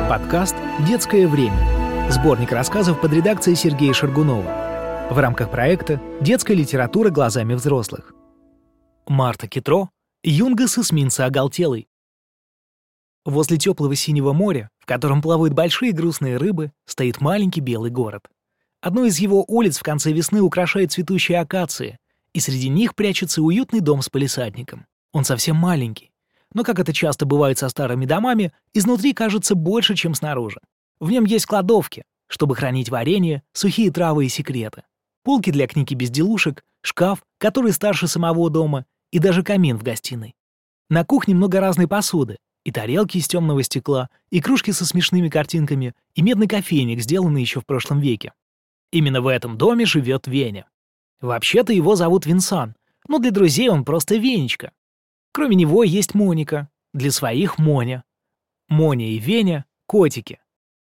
Подкаст «Детское время». Сборник рассказов под редакцией Сергея Шаргунова. В рамках проекта «Детская литература глазами взрослых». Марта Китро, Юнга с эсминца оголтелый. Возле теплого синего моря, в котором плавают большие грустные рыбы, стоит маленький белый город. Одну из его улиц в конце весны украшает цветущие акации, и среди них прячется уютный дом с палисадником. Он совсем маленький, но, как это часто бывает со старыми домами, изнутри кажется больше, чем снаружи. В нем есть кладовки, чтобы хранить варенье, сухие травы и секреты, полки для книг и безделушек, шкаф, который старше самого дома, и даже камин в гостиной. На кухне много разной посуды, и тарелки из темного стекла, и кружки со смешными картинками, и медный кофейник, сделанный еще в прошлом веке. Именно в этом доме живет Веня. Вообще-то его зовут Винсан, но для друзей он просто Венечка. Кроме него есть Моника, для своих Моня. Моня и Веня — котики.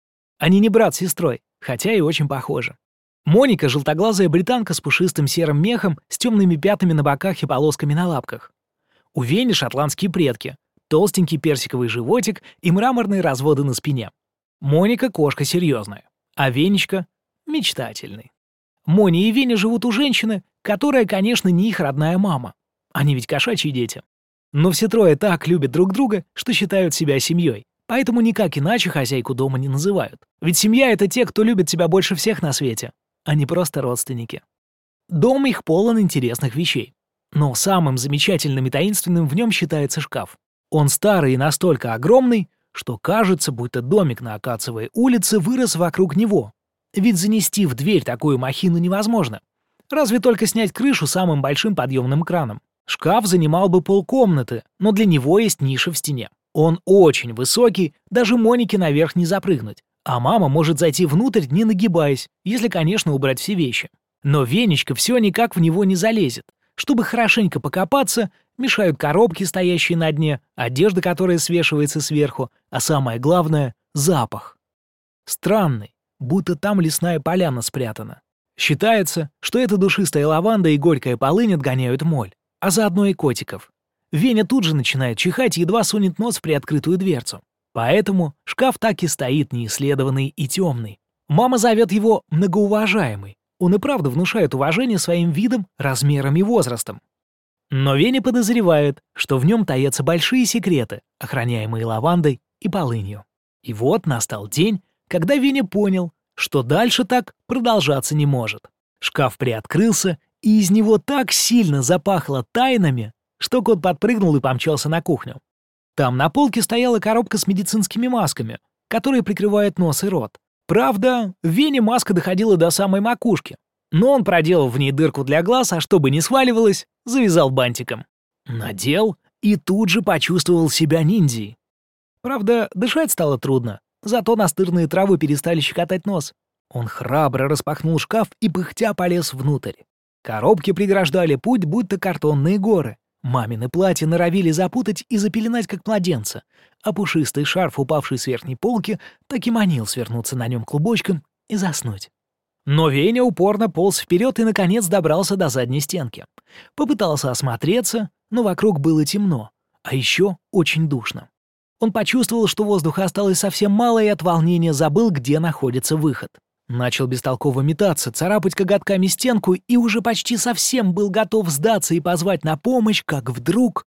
Они не брат с сестрой, хотя и очень похожи. Моника — желтоглазая британка с пушистым серым мехом, с темными пятнами на боках и полосками на лапках. У Вени шотландские предки, толстенький персиковый животик и мраморные разводы на спине. Моника — кошка серьезная, а Венечка — мечтательный. Моня и Веня живут у женщины, которая, конечно, не их родная мама. Они ведь кошачьи дети. Но все трое так любят друг друга, что считают себя семьей. Поэтому никак иначе хозяйку дома не называют. Ведь семья — это те, кто любит тебя больше всех на свете, а не просто родственники. Дом их полон интересных вещей. Но самым замечательным и таинственным в нем считается шкаф. Он старый и настолько огромный, что кажется, будто домик на Акациевой улице вырос вокруг него. Ведь занести в дверь такую махину невозможно. Разве только снять крышу самым большим подъемным краном. Шкаф занимал бы полкомнаты, но для него есть ниша в стене. Он очень высокий, даже Монике наверх не запрыгнуть. А мама может зайти внутрь, не нагибаясь, если, конечно, убрать все вещи. Но Венечка все никак в него не залезет. Чтобы хорошенько покопаться, мешают коробки, стоящие на дне, одежда, которая свешивается сверху, а самое главное — запах. Странный, будто там лесная поляна спрятана. Считается, что эта душистая лаванда и горькая полынь отгоняют моль, а заодно и котиков. Веня тут же начинает чихать и едва сунет нос в приоткрытую дверцу. Поэтому шкаф так и стоит неисследованный и темный. Мама зовет его многоуважаемый. Он и правда внушает уважение своим видом, размером и возрастом. Но Веня подозревает, что в нем таятся большие секреты, охраняемые лавандой и полынью. И вот настал день, когда Веня понял, что дальше так продолжаться не может. Шкаф приоткрылся, и из него так сильно запахло тайнами, что кот подпрыгнул и помчался на кухню. Там на полке стояла коробка с медицинскими масками, которые прикрывают нос и рот. Правда, в Вене маска доходила до самой макушки, но он проделал в ней дырку для глаз, а чтобы не сваливалось, завязал бантиком. Надел и тут же почувствовал себя ниндзей. Правда, дышать стало трудно, зато настырные травы перестали щекотать нос. Он храбро распахнул шкаф и пыхтя полез внутрь. Коробки преграждали путь, будто картонные горы. Мамины платья норовили запутать и запеленать, как младенца, а пушистый шарф, упавший с верхней полки, так и манил свернуться на нем клубочком и заснуть. Но Веня упорно полз вперед и, наконец, добрался до задней стенки. Попытался осмотреться, но вокруг было темно, а еще очень душно. Он почувствовал, что воздуха осталось совсем мало, и от волнения забыл, где находится выход. Начал бестолково метаться, царапать коготками стенку и уже почти совсем был готов сдаться и позвать на помощь, как вдруг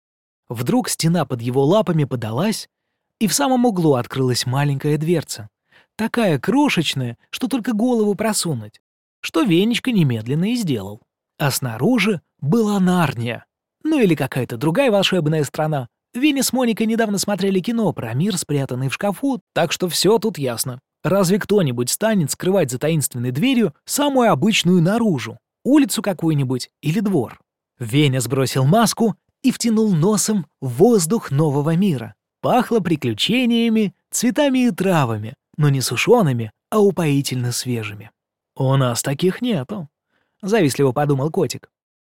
стена под его лапами подалась, и в самом углу открылась маленькая дверца. Такая крошечная, что только голову просунуть. Что Венечка немедленно и сделал. А снаружи была Нарния. Ну или какая-то другая волшебная страна. Веня с Моникой недавно смотрели кино про мир, спрятанный в шкафу, так что все тут ясно. Разве кто-нибудь станет скрывать за таинственной дверью самую обычную наружу, улицу какую-нибудь или двор? Веня сбросил маску и втянул носом в воздух нового мира. Пахло приключениями, цветами и травами, но не сушеными, а упоительно свежими. «У нас таких нету», — завистливо подумал котик.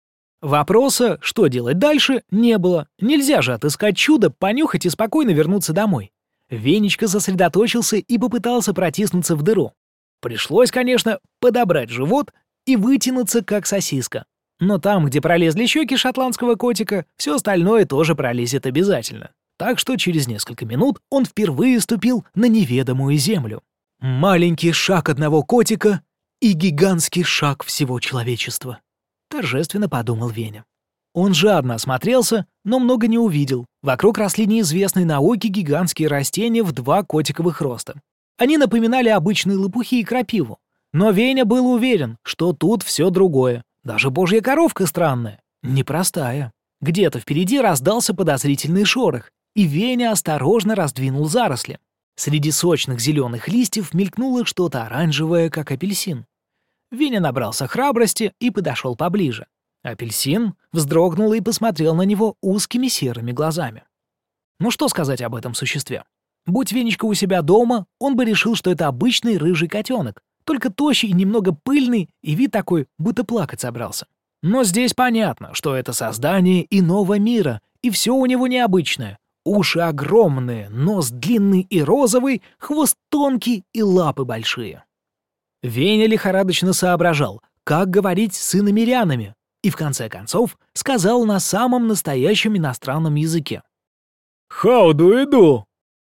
Вопроса, что делать дальше, не было. Нельзя же отыскать чудо, понюхать и спокойно вернуться домой. Венечка сосредоточился и попытался протиснуться в дыру. Пришлось, конечно, подобрать живот и вытянуться, как сосиска. Но там, где пролезли щеки шотландского котика, все остальное тоже пролезет обязательно. так что через несколько минут он впервые ступил на неведомую землю. «Маленький шаг одного котика и гигантский шаг всего человечества», — торжественно подумал Веня. Он жадно осмотрелся, но много не увидел. Вокруг росли неизвестные науке гигантские растения в 2 котиковых роста. Они напоминали обычные лопухи и крапиву. Но Веня был уверен, что тут все другое. Даже божья коровка странная, непростая. Где-то впереди раздался подозрительный шорох, и Веня осторожно раздвинул заросли. Среди сочных зеленых листьев мелькнуло что-то оранжевое, как апельсин. Веня набрался храбрости и подошел поближе. Апельсин вздрогнул и посмотрел на него узкими серыми глазами. Ну что сказать об этом существе? Будь Венечка у себя дома, он бы решил, что это обычный рыжий котенок, только тощий и немного пыльный, и вид такой, будто плакать собрался. Но здесь понятно, что это создание иного мира, и все у него необычное. Уши огромные, нос длинный и розовый, хвост тонкий и лапы большие. Веня лихорадочно соображал, как говорить с иномирянами, и в конце концов сказал на самом настоящем иностранном языке. «How do you do?»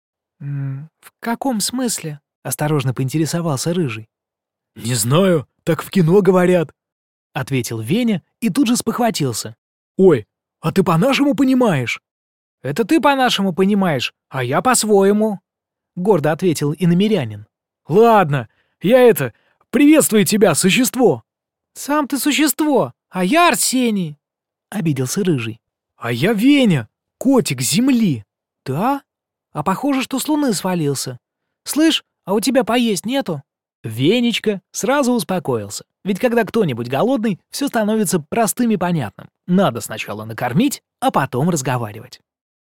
«В каком смысле?» — осторожно поинтересовался Рыжий. «Не знаю, так в кино говорят», — ответил Веня и тут же спохватился. «Ой, а ты по-нашему понимаешь?» «Это ты по-нашему понимаешь, а я по-своему», — гордо ответил иномирянин. «Ладно, я приветствую тебя, существо!» «Сам ты существо, а я Арсений!» — обиделся Рыжий. «А я Веня, котик земли!» «Да? А похоже, что с луны свалился. Слышь, а у тебя поесть нету?» Венечка сразу успокоился, ведь когда кто-нибудь голодный, все становится простым и понятным. Надо сначала накормить, а потом разговаривать.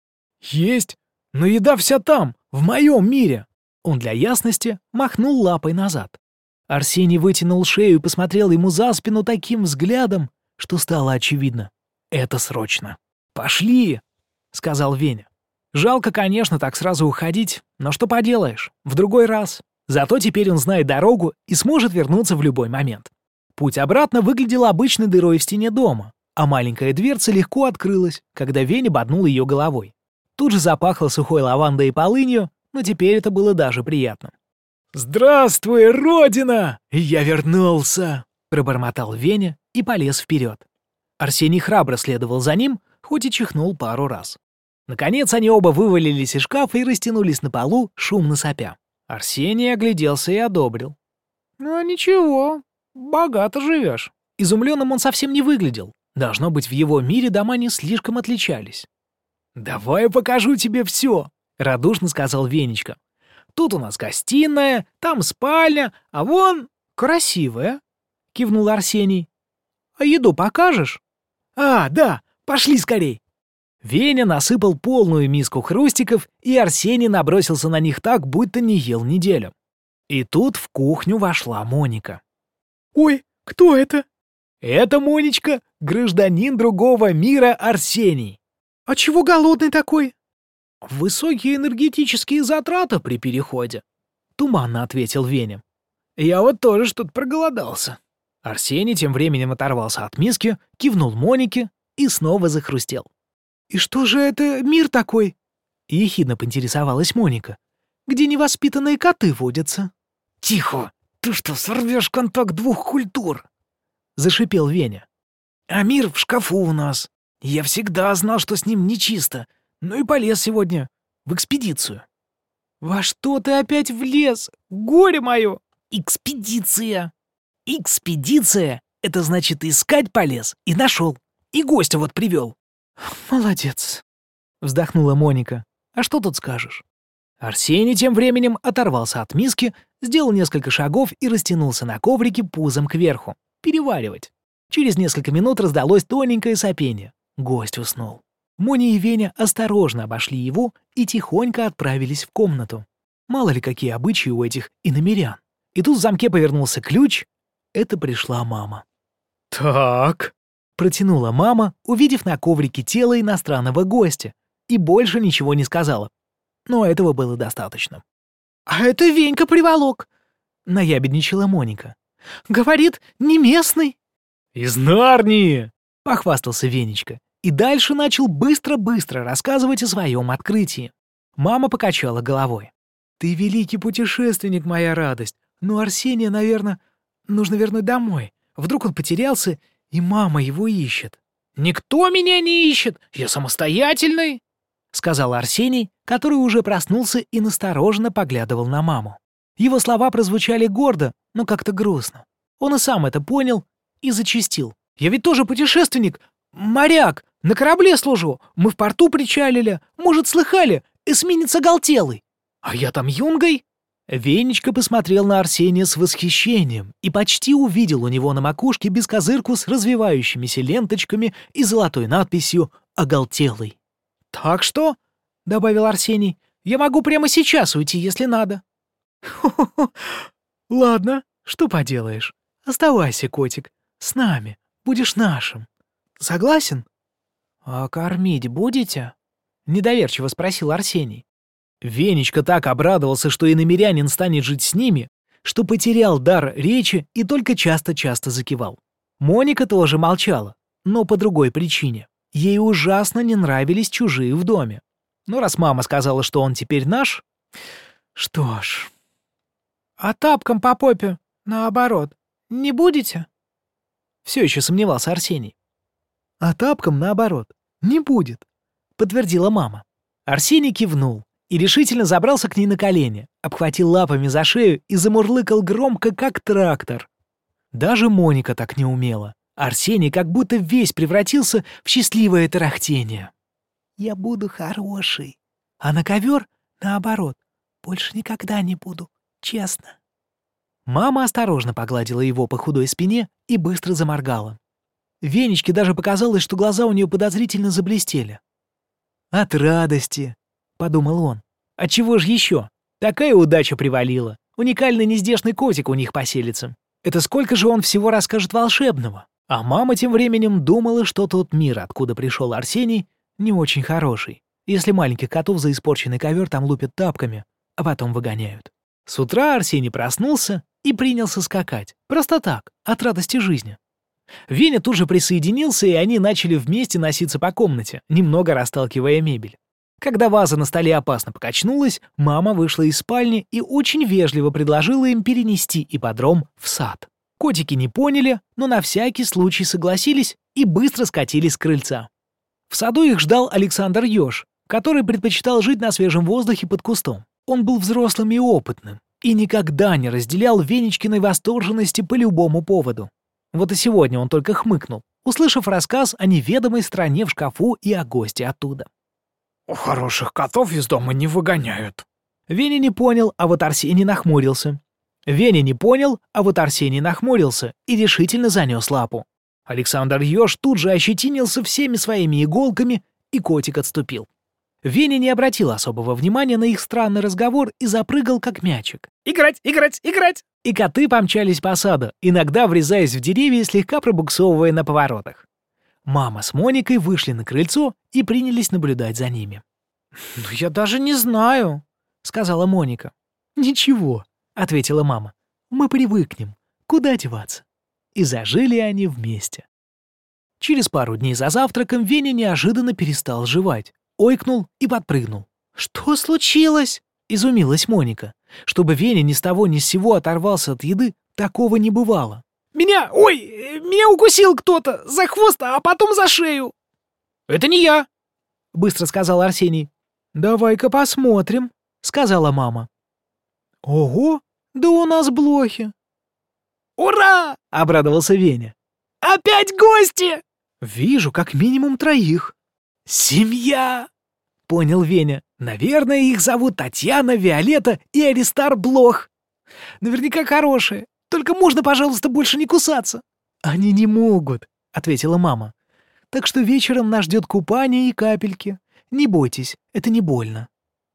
«Есть, но еда вся там, в моем мире!» Он для ясности махнул лапой назад. Арсений вытянул шею и посмотрел ему за спину таким взглядом, что стало очевидно. «Это срочно». «Пошли!» — сказал Веня. Жалко, конечно, так сразу уходить, но что поделаешь, в другой раз. Зато теперь он знает дорогу и сможет вернуться в любой момент. Путь обратно выглядел обычной дырой в стене дома, а маленькая дверца легко открылась, когда Веня боднул ее головой. Тут же запахло сухой лавандой и полынью, но теперь это было даже приятно. «Здравствуй, Родина! Я вернулся!» — пробормотал Веня и полез вперед. Арсений храбро следовал за ним, хоть и чихнул пару раз. Наконец они оба вывалились из шкафа и растянулись на полу, шумно сопя. Арсений огляделся и одобрил. «Ну ничего, богато живешь». Изумленным он совсем не выглядел. Должно быть, в его мире дома не слишком отличались. «Давай я покажу тебе все», — радушно сказал Венечка. «Тут у нас гостиная, там спальня, а вон красивая», — кивнул Арсений. «А еду покажешь?» «А, да, пошли скорей». Веня насыпал полную миску хрустиков, и Арсений набросился на них так, будто не ел неделю. И тут в кухню вошла Моника. «Ой, кто это?» «Это, Монечка, гражданин другого мира Арсений». «А чего голодный такой?» «Высокие энергетические затраты при переходе», — туманно ответил Веня. «Я вот тоже что-то проголодался». Арсений тем временем оторвался от миски, кивнул Монике и снова захрустел. «И что же это мир такой?» — ехидно поинтересовалась Моника. «Где невоспитанные коты водятся?» «Тихо! Ты что, сорвешь контакт 2 культур?» — зашипел Веня. «А мир в шкафу у нас. Я всегда знал, что с ним нечисто. Ну и полез сегодня в экспедицию». «Во что ты опять влез? Горе мое!» «Экспедиция! Экспедиция — это значит искать полез и нашел. И гостя вот привел». «Молодец», — вздохнула Моника. «А что тут скажешь?» Арсений тем временем оторвался от миски, сделал несколько шагов и растянулся на коврике пузом кверху. Переваривать. Через несколько минут раздалось тоненькое сопение. Гость уснул. Моня и Веня осторожно обошли его и тихонько отправились в комнату. Мало ли какие обычаи у этих иномирян. И тут в замке повернулся ключ. Это пришла мама. «Так», — протянула мама, увидев на коврике тело иностранного гостя, и больше ничего не сказала. Но этого было достаточно. «А это Венька приволок», — наябедничала Моника. «Говорит, не местный». «Из Нарнии», — похвастался Венечка. и дальше начал быстро-быстро рассказывать о своем открытии. Мама покачала головой. «Ты великий путешественник, моя радость. Но Арсения, наверное, нужно вернуть домой. Вдруг он потерялся, и мама его ищет». «Никто меня не ищет, я самостоятельный», — сказал Арсений, который уже проснулся и настороженно поглядывал на маму. Его слова прозвучали гордо, но как-то грустно. Он и сам это понял и зачастил. «Я ведь тоже путешественник, моряк, на корабле служу, мы в порту причалили, может, слыхали, эсминец оголтелый. А я там юнгой». Венечка посмотрел на Арсения с восхищением и почти увидел у него на макушке бескозырку с развивающимися ленточками и золотой надписью «Оголтелый». «Так что», — добавил Арсений, — «я могу прямо сейчас уйти, если надо». «Хо-хо-хо, ладно, что поделаешь. Оставайся, котик, с нами, будешь нашим. Согласен?» «А кормить будете?» — недоверчиво спросил Арсений. Венечка так обрадовался, что иномирянин станет жить с ними, что потерял дар речи и только часто-часто закивал. Моника тоже молчала, но по другой причине. Ей ужасно не нравились чужие в доме. Но раз мама сказала, что он теперь наш, что ж... «А тапком по попе, наоборот, не будете?» Все еще сомневался Арсений. «А тапком, наоборот, не будет», — подтвердила мама. Арсений кивнул и решительно забрался к ней на колени, обхватил лапами за шею и замурлыкал громко, как трактор. Даже Моника так не умела. Арсений как будто весь превратился в счастливое тарахтение. «Я буду хороший, а на ковер, наоборот, больше никогда не буду, честно». Мама осторожно погладила его по худой спине и быстро заморгала. Венечке даже показалось, что глаза у нее подозрительно заблестели. «От радости», — подумал он. «Отчего ж еще? Такая удача привалила. Уникальный нездешный котик у них поселится. Это сколько же он всего расскажет волшебного?» А мама тем временем думала, что тот мир, откуда пришел Арсений, не очень хороший, если маленьких котов за испорченный ковер там лупят тапками, а потом выгоняют. С утра Арсений проснулся и принялся скакать. Просто так, от радости жизни. Веня тут же присоединился, и они начали вместе носиться по комнате, немного расталкивая мебель. Когда ваза на столе опасно покачнулась, мама вышла из спальни и очень вежливо предложила им перенести ипподром в сад. Котики не поняли, но на всякий случай согласились и быстро скатились с крыльца. В саду их ждал Александр Ёж, который предпочитал жить на свежем воздухе под кустом. Он был взрослым и опытным, и никогда не разделял Венечкиной восторженности по любому поводу. Вот и сегодня он только хмыкнул, услышав рассказ о неведомой стране в шкафу и о госте оттуда. «У хороших котов из дома не выгоняют». Веня не понял, а вот Арсений нахмурился. Веня не понял, а вот Арсений нахмурился и решительно занес лапу. Александр Ёж тут же ощетинился всеми своими иголками, и котик отступил. Веня не обратил особого внимания на их странный разговор и запрыгал, как мячик. «Играть, играть, играть!» И коты помчались по саду, иногда врезаясь в деревья и слегка пробуксовывая на поворотах. Мама с Моникой вышли на крыльцо и принялись наблюдать за ними. «Ну, я даже не знаю», — сказала Моника. «Ничего», — ответила мама. «Мы привыкнем. Куда деваться?» И зажили они вместе. Через пару дней за завтраком Веня неожиданно перестал жевать, ойкнул и подпрыгнул. «Что случилось?» — изумилась Моника. Чтобы Веня ни с того ни с сего оторвался от еды, такого не бывало. Меня укусил кто-то за хвост, а потом за шею». «Это не я», — быстро сказал Арсений. «Давай-ка посмотрим», — сказала мама. «Ого, да у нас блохи». «Ура!» — обрадовался Веня. «Опять гости!» «Вижу как минимум 3. «Семья!» — понял Веня. «Наверное, их зовут Татьяна, Виолетта и Аристар Блох. Наверняка хорошие. Только можно, пожалуйста, больше не кусаться?» «Они не могут», — ответила мама. «Так что вечером нас ждет купание и капельки. Не бойтесь, это не больно».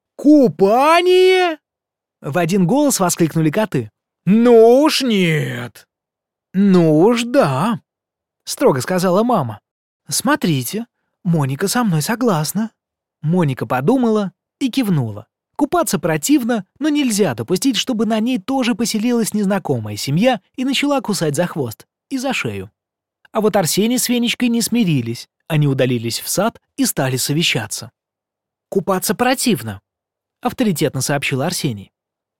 «Купание?» — в один голос воскликнули коты. «Ну уж нет». «Ну уж да», — строго сказала мама. «Смотрите, Моника со мной согласна». Моника подумала и кивнула. Купаться противно, но нельзя допустить, чтобы на ней тоже поселилась незнакомая семья и начала кусать за хвост и за шею. А вот Арсений с Венечкой не смирились. Они удалились в сад и стали совещаться. «Купаться противно», — авторитетно сообщил Арсений.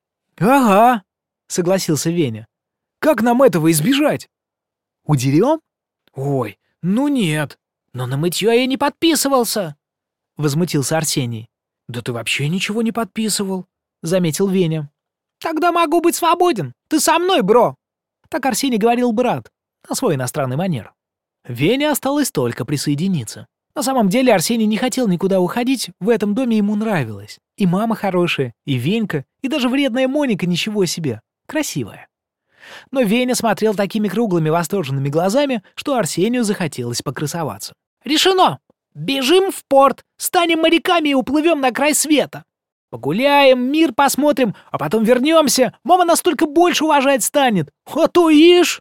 «Ага», — согласился Веня. «Как нам этого избежать?» «Удерем?» «Ой, ну нет. Но на мытье я не подписывался», — возмутился Арсений. «Да ты вообще ничего не подписывал», — заметил Веня. «Тогда могу быть свободен. Ты со мной, бро!» Так Арсений говорил брат, на свой иностранный манер. Вене осталось только присоединиться. На самом деле Арсений не хотел никуда уходить, в этом доме ему нравилось. И мама хорошая, и Венька, и даже вредная Моника ничего себе. Красивая. Но Веня смотрел такими круглыми восторженными глазами, что Арсению захотелось покрасоваться. «Решено! Бежим в порт, станем моряками и уплывем на край света. Погуляем, мир посмотрим, а потом вернемся. Мама нас только больше уважать станет. А то ишь!»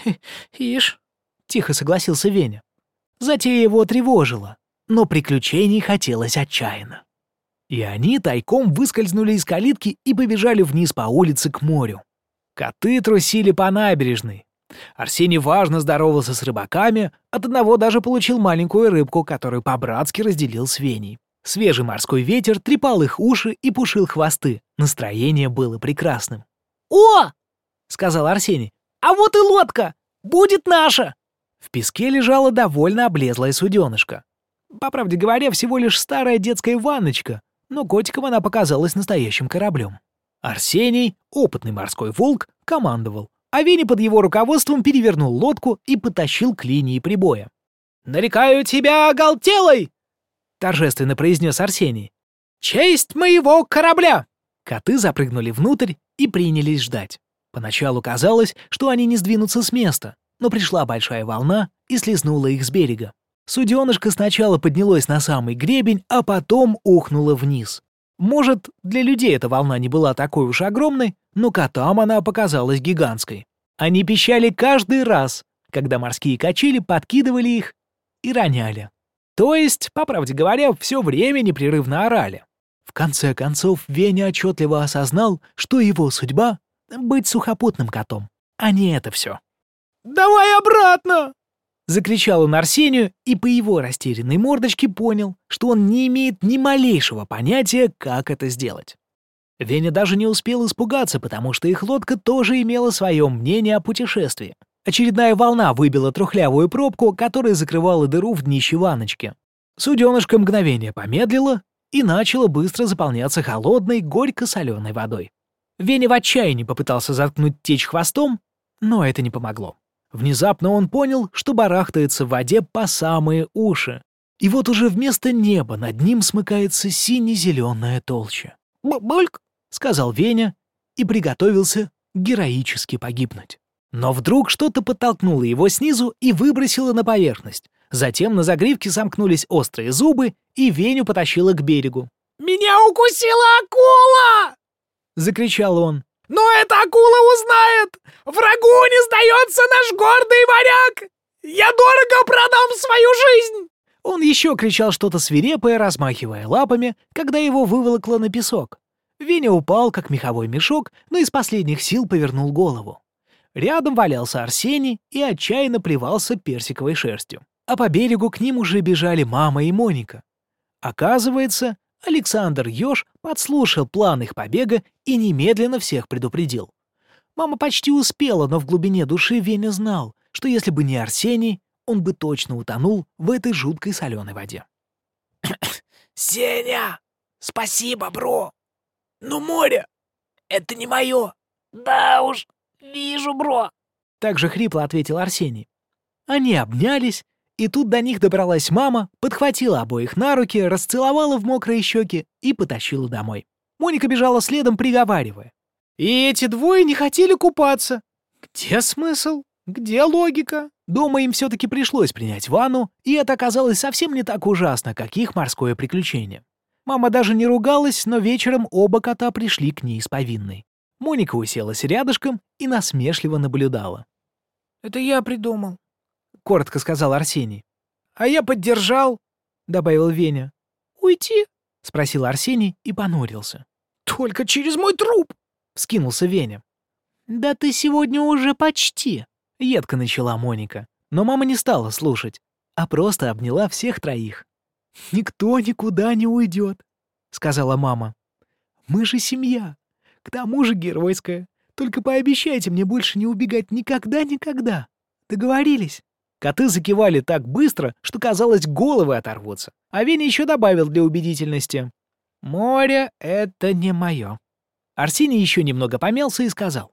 «Ишь!» — тихо согласился Веня. Затея его тревожила, но приключений хотелось отчаянно. И они тайком выскользнули из калитки и побежали вниз по улице к морю. Коты трусили по набережной. Арсений важно здоровался с рыбаками, от одного даже получил маленькую рыбку, которую по-братски разделил с Веней. Свежий морской ветер трепал их уши и пушил хвосты. Настроение было прекрасным. «О!» — сказал Арсений. «А вот и лодка! Будет наша!» В песке лежала довольно облезлая суденышка. По правде говоря, всего лишь старая детская ванночка, но котиком она показалась настоящим кораблем. Арсений, опытный морской волк, командовал, а Веня под его руководством перевернул лодку и потащил к линии прибоя. «Нарекаю тебя оголтелой!» — торжественно произнес Арсений. «Честь моего корабля!» Коты запрыгнули внутрь и принялись ждать. Поначалу казалось, что они не сдвинутся с места, но пришла большая волна и слезнула их с берега. Суденышко сначала поднялось на самый гребень, а потом ухнуло вниз. Может, для людей эта волна не была такой уж огромной, но котам она показалась гигантской. Они пищали каждый раз, когда морские качели подкидывали их и роняли. То есть, по правде говоря, все время непрерывно орали. В конце концов, Веня отчетливо осознал, что его судьба — быть сухопутным котом, а не это все. «Давай обратно!» — закричал он Арсению, и по его растерянной мордочке понял, что он не имеет ни малейшего понятия, как это сделать. Веня даже не успел испугаться, потому что их лодка тоже имела свое мнение о путешествии. Очередная волна выбила трухлявую пробку, которая закрывала дыру в днище ванночки. Суденышко мгновение помедлило и начало быстро заполняться холодной, горько-соленой водой. Веня в отчаянии попытался заткнуть течь хвостом, но это не помогло. Внезапно он понял, что барахтается в воде по самые уши. И вот уже вместо неба над ним смыкается сине-зеленая толща. «Бульк!» — сказал Веня и приготовился героически погибнуть. Но вдруг что-то подтолкнуло его снизу и выбросило на поверхность. Затем на загривке сомкнулись острые зубы, и Веню потащило к берегу. «Меня укусила акула!» — закричал он. «Но эта акула узнает! Врагу не сдается наш гордый моряк! Я дорого продам свою жизнь!» Он еще кричал что-то свирепое, размахивая лапами, когда его выволокло на песок. Веня упал, как меховой мешок, но из последних сил повернул голову. Рядом валялся Арсений и отчаянно плевался персиковой шерстью. А по берегу к ним уже бежали мама и Моника. Оказывается, Александр Ёж подслушал план их побега и немедленно всех предупредил. Мама почти успела, но в глубине души Веня знал, что если бы не Арсений, он бы точно утонул в этой жуткой соленой воде. «Сеня, спасибо, бро. Но море — это не мое». «Да уж, вижу, бро», — так же хрипло ответил Арсений. Они обнялись, и тут до них добралась мама, подхватила обоих на руки, расцеловала в мокрые щеки и потащила домой. Моника бежала следом, приговаривая. «И эти двое не хотели купаться. Где смысл? Где логика?» Дома им все-таки пришлось принять ванну, и это оказалось совсем не так ужасно, как их морское приключение. Мама даже не ругалась, но вечером оба кота пришли к ней с повинной. Моника уселась рядышком и насмешливо наблюдала. «Это я придумал», — коротко сказал Арсений. «А я поддержал», — добавил Веня. «Уйти?» — спросил Арсений и понурился. «Только через мой труп!» — вскинулся Веня. «Да ты сегодня уже почти!» — едко начала Моника. Но мама не стала слушать. а просто обняла всех троих. «Никто никуда не уйдет», — сказала мама. «Мы же семья, к тому же геройская. Только пообещайте мне больше не убегать никогда-никогда. Договорились?» Коты закивали так быстро, что, казалось, головы оторвутся. А Веня еще добавил для убедительности: «Море — это не мое». Арсений еще немного помялся и сказал: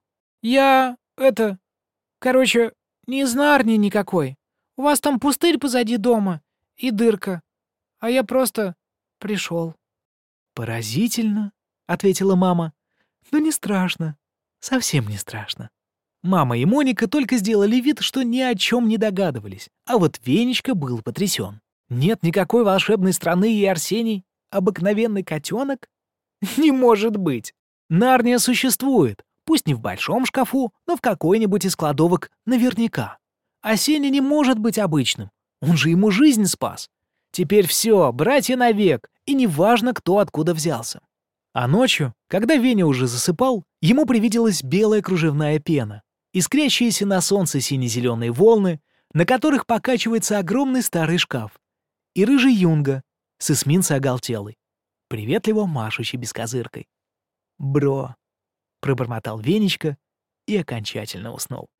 Короче, не из Нарнии никакой. У вас там пустырь позади дома и дырка. А я просто пришел». «Поразительно», — ответила мама. «Но не страшно. Совсем не страшно». Мама и Моника только сделали вид, что ни о чем не догадывались, а вот Венечка был потрясен. Нет никакой волшебной страны, и Арсений — обыкновенный котенок? Не может быть! Нарния существует, пусть не в большом шкафу, но в какой-нибудь из кладовок наверняка. А Сеня не может быть обычным, он же ему жизнь спас. Теперь все, братья навек, и неважно, кто откуда взялся. А ночью, когда Веня уже засыпал, ему привиделась белая кружевная пена, искрящиеся на солнце сине-зеленые волны, на которых покачивается огромный старый шкаф, и рыжий юнга с эсминца оголтелый, приветливо машущий бескозыркой. «Бро», — пробормотал Венечка и окончательно уснул.